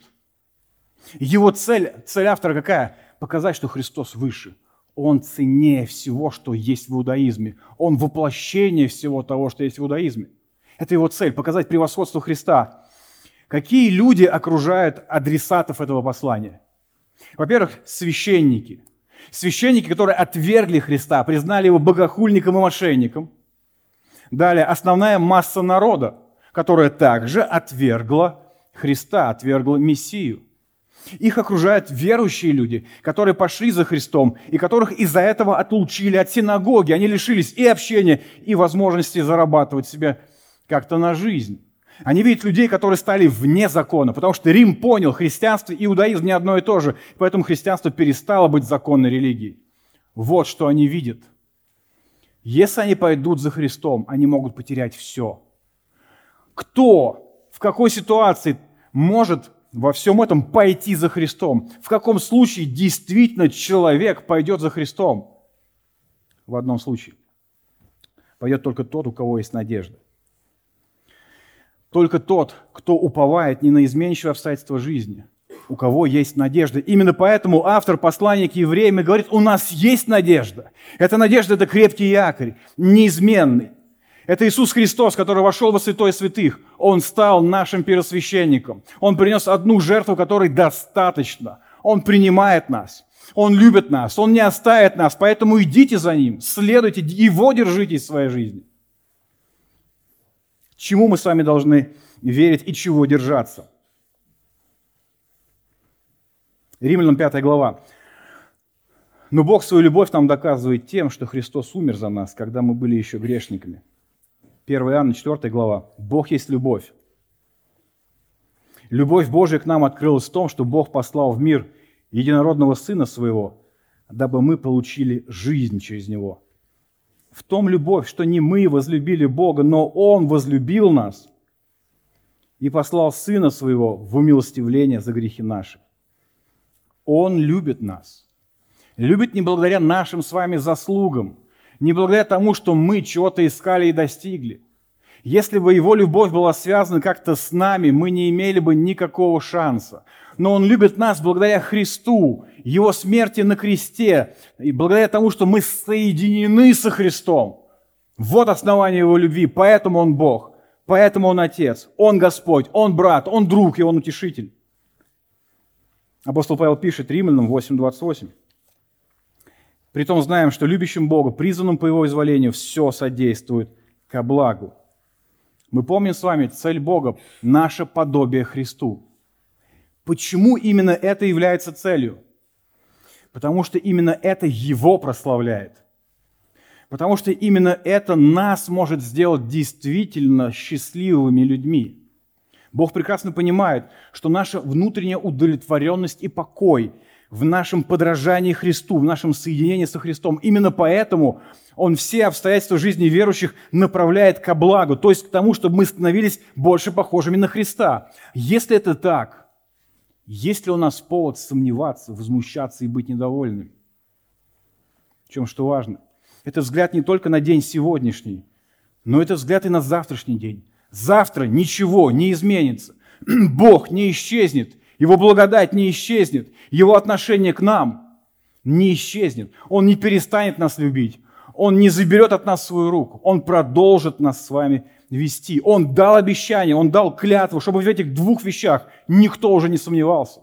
Его цель автора какая? Показать, что Христос выше. Он ценнее всего, что есть в иудаизме. Он воплощение всего того, что есть в иудаизме. Это его цель – показать превосходство Христа. Какие люди окружают адресатов этого послания? Во-первых, священники. Священники, которые отвергли Христа, признали его богохульником и мошенником. Далее, основная масса народа, которая также отвергла Христа, отвергла Мессию. Их окружают верующие люди, которые пошли за Христом, и которых из-за этого отлучили от синагоги. Они лишились и общения, и возможности зарабатывать себе как-то на жизнь. Они видят людей, которые стали вне закона, потому что Рим понял, христианство и иудаизм не одно и то же, поэтому христианство перестало быть законной религией. Вот что они видят. Если они пойдут за Христом, они могут потерять все. Кто, в какой ситуации может во всем этом пойти за Христом? В каком случае действительно человек пойдет за Христом? В одном случае. Пойдет только тот, у кого есть надежда. Только тот, кто уповает не на изменчивые обстоятельства жизни, у кого есть надежда. Именно поэтому автор послания к евреям говорит, у нас есть надежда. Эта надежда – это крепкий якорь, неизменный. Это Иисус Христос, который вошел во святое святых. Он стал нашим первосвященником. Он принес одну жертву, которой достаточно. Он принимает нас. Он любит нас. Он не оставит нас. Поэтому идите за Ним, следуйте, Его держитесь в своей жизни. Чему мы с вами должны верить и чего держаться? Римлянам 5 глава. «Но Бог свою любовь нам доказывает тем, что Христос умер за нас, когда мы были еще грешниками». 1 Иоанна 4 глава. «Бог есть любовь. Любовь Божия к нам открылась в том, что Бог послал в мир единородного Сына Своего, дабы мы получили жизнь через Него. В том любовь, что не мы возлюбили Бога, но Он возлюбил нас и послал Сына Своего в умилостивление за грехи наши». Он любит нас. Любит не благодаря нашим с вами заслугам, не благодаря тому, что мы чего-то искали и достигли. Если бы Его любовь была связана как-то с нами, мы не имели бы никакого шанса. Но Он любит нас благодаря Христу, Его смерти на кресте, и благодаря тому, что мы соединены со Христом. Вот основание Его любви, поэтому Он Бог, поэтому Он Отец, Он Господь, Он брат, Он друг и Он утешитель. Апостол Павел пишет Римлянам 8:28. «Притом знаем, что любящим Бога, призванным по Его изволению, все содействует ко благу». Мы помним с вами, цель Бога – наше подобие Христу. Почему именно это является целью? Потому что именно это Его прославляет. Потому что именно это нас может сделать действительно счастливыми людьми. Бог прекрасно понимает, что наша внутренняя удовлетворенность и покой в нашем подражании Христу, в нашем соединении со Христом. Именно поэтому Он все обстоятельства жизни верующих направляет ко благу, то есть к тому, чтобы мы становились больше похожими на Христа. Если это так, есть ли у нас повод сомневаться, возмущаться и быть недовольными? В чем что важно? Это взгляд не только на день сегодняшний, но это взгляд и на завтрашний день. Завтра ничего не изменится. Бог не исчезнет, Его благодать не исчезнет, Его отношение к нам не исчезнет. Он не перестанет нас любить, Он не заберет от нас свою руку, Он продолжит нас с вами вести. Он дал обещание, Он дал клятву, чтобы в этих двух вещах никто уже не сомневался.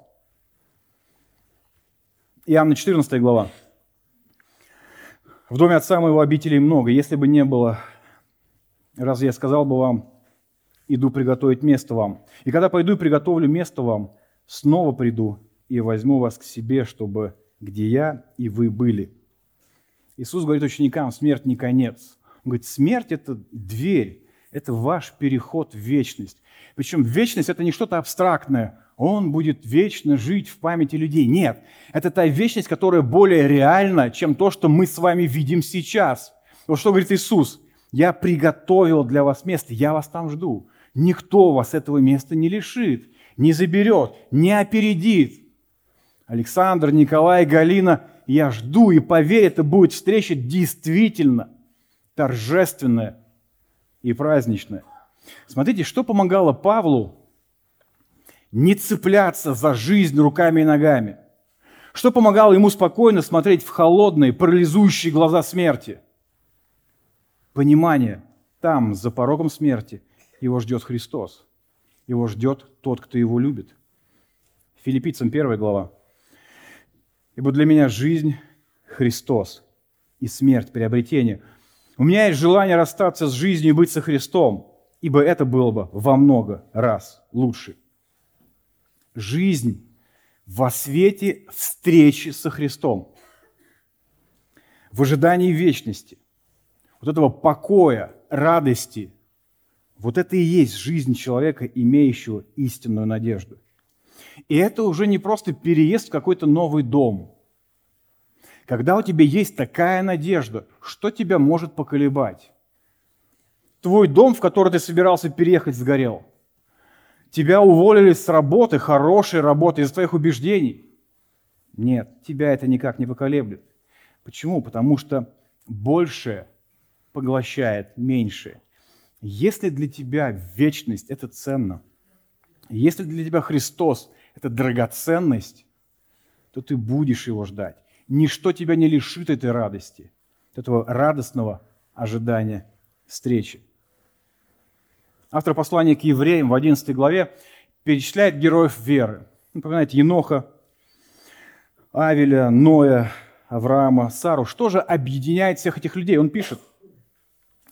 Иоанна 14 глава. «В доме Отца Моего обителей много. Если бы не было, разве я сказал бы вам, иду приготовить место вам? И когда пойду и приготовлю место вам, снова приду и возьму вас к себе, чтобы где я и вы были». Иисус говорит ученикам, смерть не конец. Он говорит, смерть – это дверь, это ваш переход в вечность. Причем вечность – это не что-то абстрактное. Он будет вечно жить в памяти людей. Нет, это та вечность, которая более реальна, чем то, что мы с вами видим сейчас. Вот что говорит Иисус. «Я приготовил для вас место, я вас там жду. Никто вас этого места не лишит, не заберет, не опередит». Александр, Николай, Галина, я жду, и поверь, это будет встреча действительно торжественная и праздничная. Смотрите, что помогало Павлу не цепляться за жизнь руками и ногами. Что помогало ему спокойно смотреть в холодные, парализующие глаза смерти? Понимание, там, за порогом смерти, его ждет Христос. Его ждет тот, кто его любит. Филиппийцам 1 глава. «Ибо для меня жизнь – Христос, и смерть – приобретение. У меня есть желание расстаться с жизнью и быть со Христом, ибо это было бы во много раз лучше». Жизнь во свете встречи со Христом, в ожидании вечности, вот этого покоя, радости, вот это и есть жизнь человека, имеющего истинную надежду. И это уже не просто переезд в какой-то новый дом. Когда у тебя есть такая надежда, что тебя может поколебать? Твой дом, в который ты собирался переехать, сгорел. Тебя уволили с работы, хорошей работы, из-за твоих убеждений. Нет, тебя это никак не поколеблет. Почему? Потому что большее поглощает меньшее. Если для тебя вечность – это ценно, если для тебя Христос – это драгоценность, то ты будешь Его ждать. Ничто тебя не лишит этой радости, этого радостного ожидания встречи. Автор послания к евреям в 11 главе перечисляет героев веры. Напоминает Еноха, Авеля, Ноя, Авраама, Сару. Что же объединяет всех этих людей? Он пишет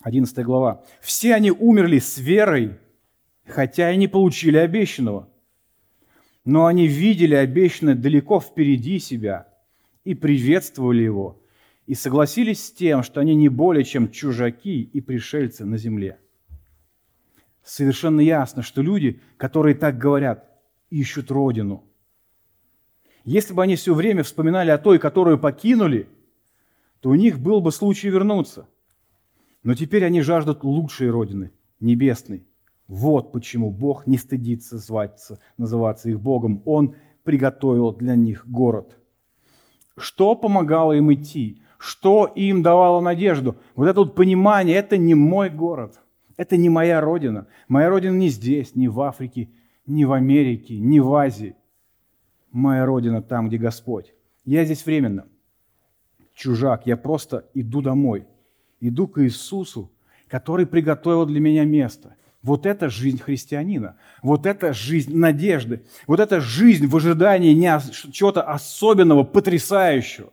11 глава. «Все они умерли с верой, хотя и не получили обещанного. Но они видели обещанное далеко впереди себя и приветствовали его, и согласились с тем, что они не более чем чужаки и пришельцы на земле». Совершенно ясно, что люди, которые так говорят, ищут Родину. Если бы они все время вспоминали о той, которую покинули, то у них был бы случай вернуться. Но теперь они жаждут лучшей Родины, небесной. Вот почему Бог не стыдится называться их Богом. Он приготовил для них город. Что помогало им идти? Что им давало надежду? Вот это вот понимание, это не мой город, это не моя Родина. Моя Родина не здесь, не в Африке, не в Америке, не в Азии. Моя Родина там, где Господь. Я здесь временно. Чужак, я просто иду домой. Иду к Иисусу, который приготовил для меня место. Вот это жизнь христианина. Вот это жизнь надежды. Вот это жизнь в ожидании чего-то особенного, потрясающего.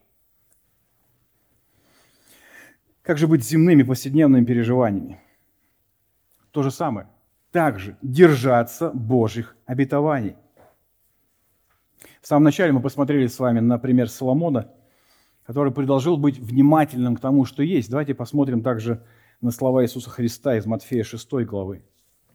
Как же быть с земными повседневными переживаниями? То же самое. Также держаться Божьих обетований. В самом начале мы посмотрели с вами на пример Соломона, который предложил быть внимательным к тому, что есть. Давайте посмотрим также на слова Иисуса Христа из Матфея 6 главы.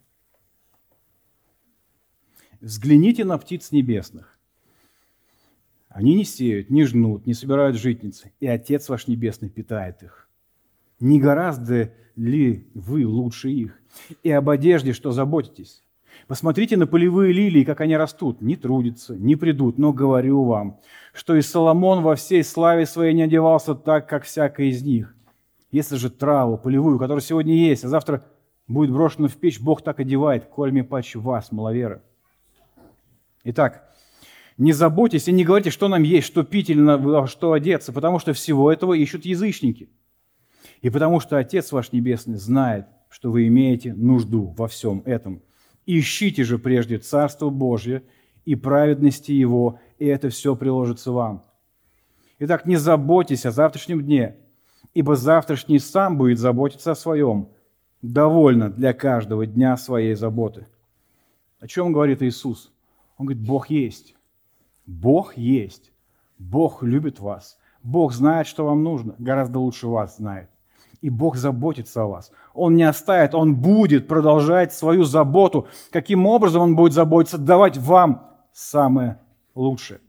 «Взгляните на птиц небесных. Они не сеют, не жнут, не собирают житницы, и Отец ваш Небесный питает их. Не гораздо ли вы лучше их? И об одежде, что заботитесь? Посмотрите на полевые лилии, как они растут, не трудятся, не придут, но говорю вам, что и Соломон во всей славе своей не одевался так, как всякая из них. Если же траву полевую, которая сегодня есть, а завтра будет брошена в печь, Бог так одевает, кольми паче вас, маловеры». Итак, не заботьтесь и не говорите, что нам есть, что пить или во что одеться, потому что всего этого ищут язычники. И потому что Отец ваш Небесный знает, что вы имеете нужду во всем этом. Ищите же прежде Царство Божье и праведности Его, и это все приложится вам. Итак, не заботьтесь о завтрашнем дне, ибо завтрашний сам будет заботиться о своем. Довольно для каждого дня своей заботы. О чем говорит Иисус? Он говорит, Бог есть. Бог есть. Бог любит вас. Бог знает, что вам нужно. Гораздо лучше вас знает. И Бог заботится о вас. Он не оставит, Он будет продолжать свою заботу. Каким образом Он будет заботиться? Давать вам самое лучшее.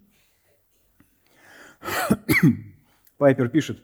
Пайпер пишет,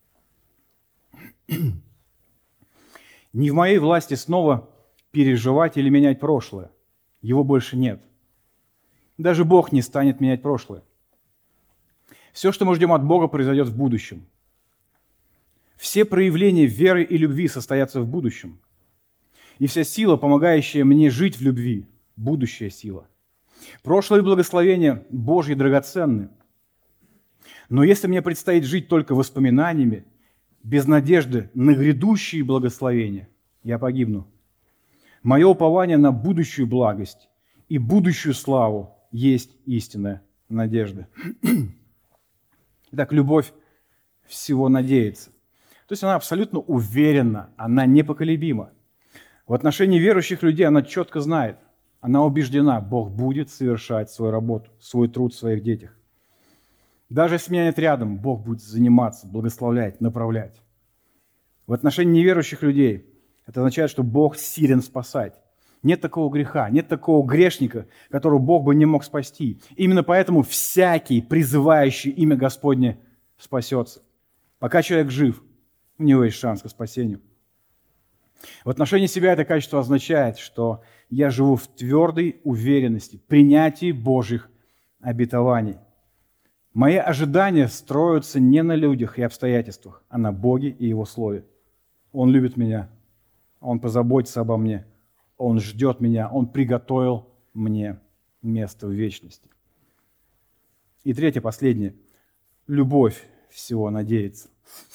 «Не в моей власти снова переживать или менять прошлое. Его больше нет. Даже Бог не станет менять прошлое. Все, что мы ждем от Бога, произойдет в будущем. Все проявления веры и любви состоятся в будущем. И вся сила, помогающая мне жить в любви, будущая сила. Прошлое благословения Божьи драгоценны. Но если мне предстоит жить только воспоминаниями, без надежды на грядущие благословения, я погибну. Мое упование на будущую благость и будущую славу есть истинная надежда». Итак, любовь всего надеется. То есть она абсолютно уверена, она непоколебима. В отношении верующих людей она четко знает, она убеждена, Бог будет совершать свою работу, свой труд в своих детях. Даже если меня нет рядом, Бог будет заниматься, благословлять, направлять. В отношении неверующих людей это означает, что Бог силен спасать. Нет такого греха, нет такого грешника, которого Бог бы не мог спасти. Именно поэтому всякий, призывающий имя Господне, спасется. Пока человек жив, у него есть шанс к спасению. В отношении себя это качество означает, что я живу в твердой уверенности, принятии Божьих обетований. Мои ожидания строятся не на людях и обстоятельствах, а на Боге и Его Слове. Он любит меня, Он позаботится обо мне, Он ждет меня, Он приготовил мне место в вечности. И третье, последнее. Любовь всего надеется.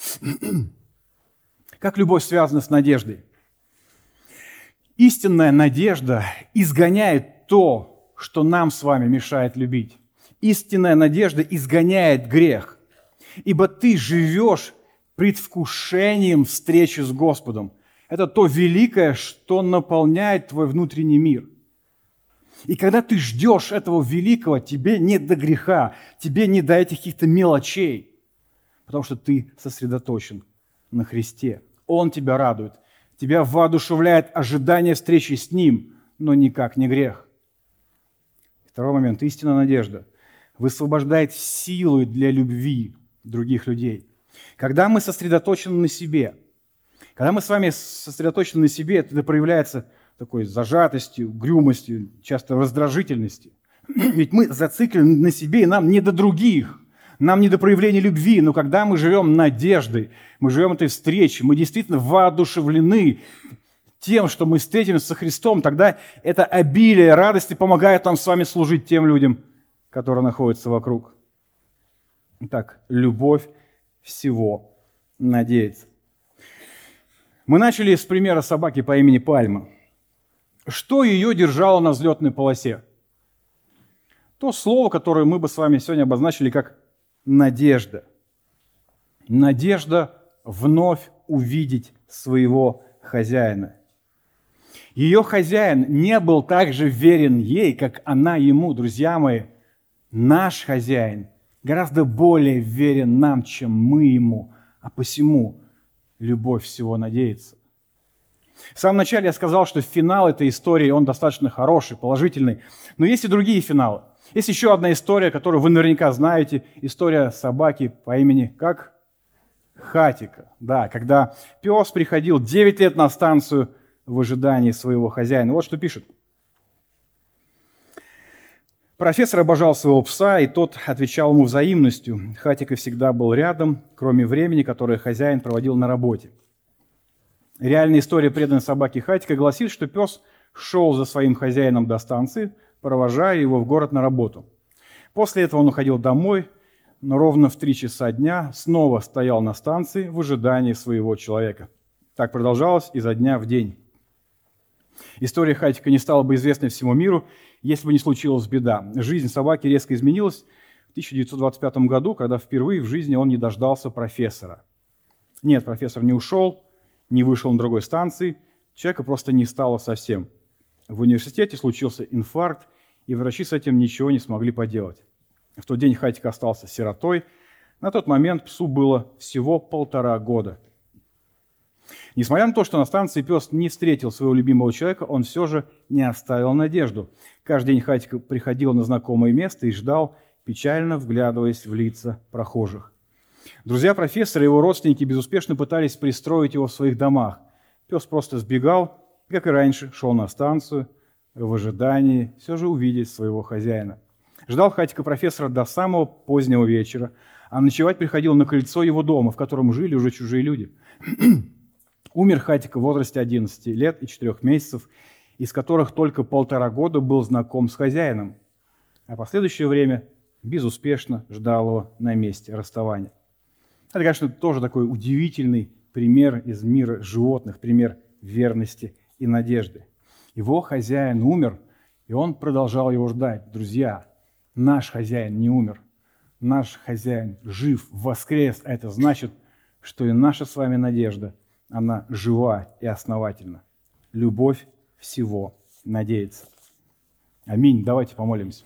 Как любовь связана с надеждой? Истинная надежда изгоняет то, что нам с вами мешает любить. Истинная надежда изгоняет грех. Ибо ты живешь предвкушением встречи с Господом. Это то великое, что наполняет твой внутренний мир. И когда ты ждешь этого великого, тебе не до греха, тебе не до этих каких-то мелочей, потому что ты сосредоточен на Христе. Он тебя радует, тебя воодушевляет ожидание встречи с Ним, но никак не грех. Второй момент – истинная надежда высвобождает силу для любви других людей. Когда мы сосредоточены на себе, когда мы с вами сосредоточены на себе, это проявляется такой зажатостью, угрюмостью, часто раздражительностью. Ведь мы зациклены на себе, и нам не до других, нам не до проявления любви. Но когда мы живем надеждой, мы живем этой встречей, мы действительно воодушевлены тем, что мы встретимся со Христом, тогда это обилие радости помогает нам с вами служить тем людям, которые находятся вокруг. Итак, любовь всего надеется. Мы начали с примера собаки по имени Пальма. Что ее держало на взлетной полосе? То слово, которое мы бы с вами сегодня обозначили как надежда. Надежда вновь увидеть своего хозяина. Ее хозяин не был так же верен ей, как она ему, друзья мои. Наш хозяин гораздо более верен нам, чем мы ему, а посему любовь всего надеется. В самом начале я сказал, что финал этой истории, он достаточно хороший, положительный. Но есть и другие финалы. Есть еще одна история, которую вы наверняка знаете. История собаки по имени как? Хатика. Да, когда пес приходил 9 лет на станцию в ожидании своего хозяина. Вот что пишет. Профессор обожал своего пса, и тот отвечал ему взаимностью. Хатика всегда был рядом, кроме времени, которое хозяин проводил на работе. Реальная история преданной собаки Хатика гласит, что пес шел за своим хозяином до станции, провожая его в город на работу. После этого он уходил домой, но ровно в 3 часа дня снова стоял на станции в ожидании своего человека. Так продолжалось изо дня в день. История Хатика не стала бы известной всему миру, если бы не случилась беда. Жизнь собаки резко изменилась в 1925 году, когда впервые в жизни он не дождался профессора. Нет, профессор не ушел, не вышел на другой станции, человека просто не стало совсем. В университете случился инфаркт, и врачи с этим ничего не смогли поделать. В тот день Хатик остался сиротой. На тот момент псу было всего 1,5 года. Несмотря на то, что на станции пес не встретил своего любимого человека, он все же не оставил надежду. Каждый день Хатик приходил на знакомое место и ждал, печально вглядываясь в лица прохожих. Друзья профессора и его родственники безуспешно пытались пристроить его в своих домах. Пес просто сбегал, как и раньше, шел на станцию в ожидании все же увидеть своего хозяина. Ждал Хатика профессора до самого позднего вечера, а ночевать приходил на крыльцо его дома, в котором жили уже чужие люди. Умер Хатика в возрасте 11 лет и 4 месяцев, из которых только 1,5 года был знаком с хозяином, а последующее время безуспешно ждал его на месте расставания. Это, конечно, тоже такой удивительный пример из мира животных, пример верности и надежды. Его хозяин умер, и он продолжал его ждать. Друзья, наш хозяин не умер, наш хозяин жив, воскрес. Это значит, что и наша с вами надежда, она жива и основательна. Любовь всего надеется. Аминь. Давайте помолимся.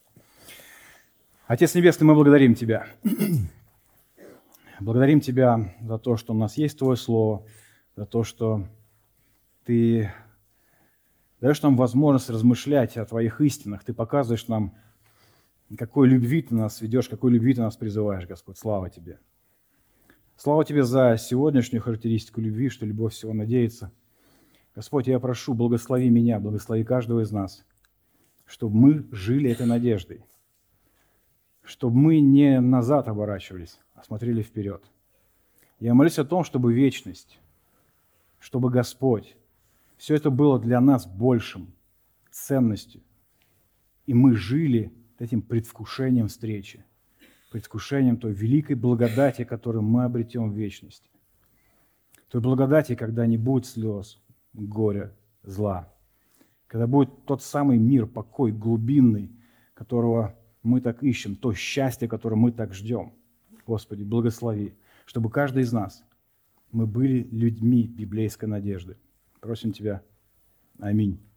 Отец Небесный, мы благодарим Тебя. Благодарим Тебя за то, что у нас есть Твое Слово, за то, что Ты даешь нам возможность размышлять о Твоих истинах. Ты показываешь нам, какой любви Ты нас ведешь, какой любви Ты нас призываешь, Господь. Слава Тебе. Слава Тебе за сегодняшнюю характеристику любви, что любовь всего надеется. Господь, я прошу, благослови меня, благослови каждого из нас, чтобы мы жили этой надеждой, чтобы мы не назад оборачивались, а смотрели вперед. Я молюсь о том, чтобы вечность, чтобы Господь, все это было для нас большим, ценностью, и мы жили этим предвкушением встречи, предвкушением той великой благодати, которую мы обретем в вечности. Той благодати, когда не будет слез, горя, зла, когда будет тот самый мир, покой глубинный, которого мы так ищем, то счастье, которое мы так ждем. Господи, благослови, чтобы каждый из нас мы были людьми библейской надежды. Просим Тебя. Аминь.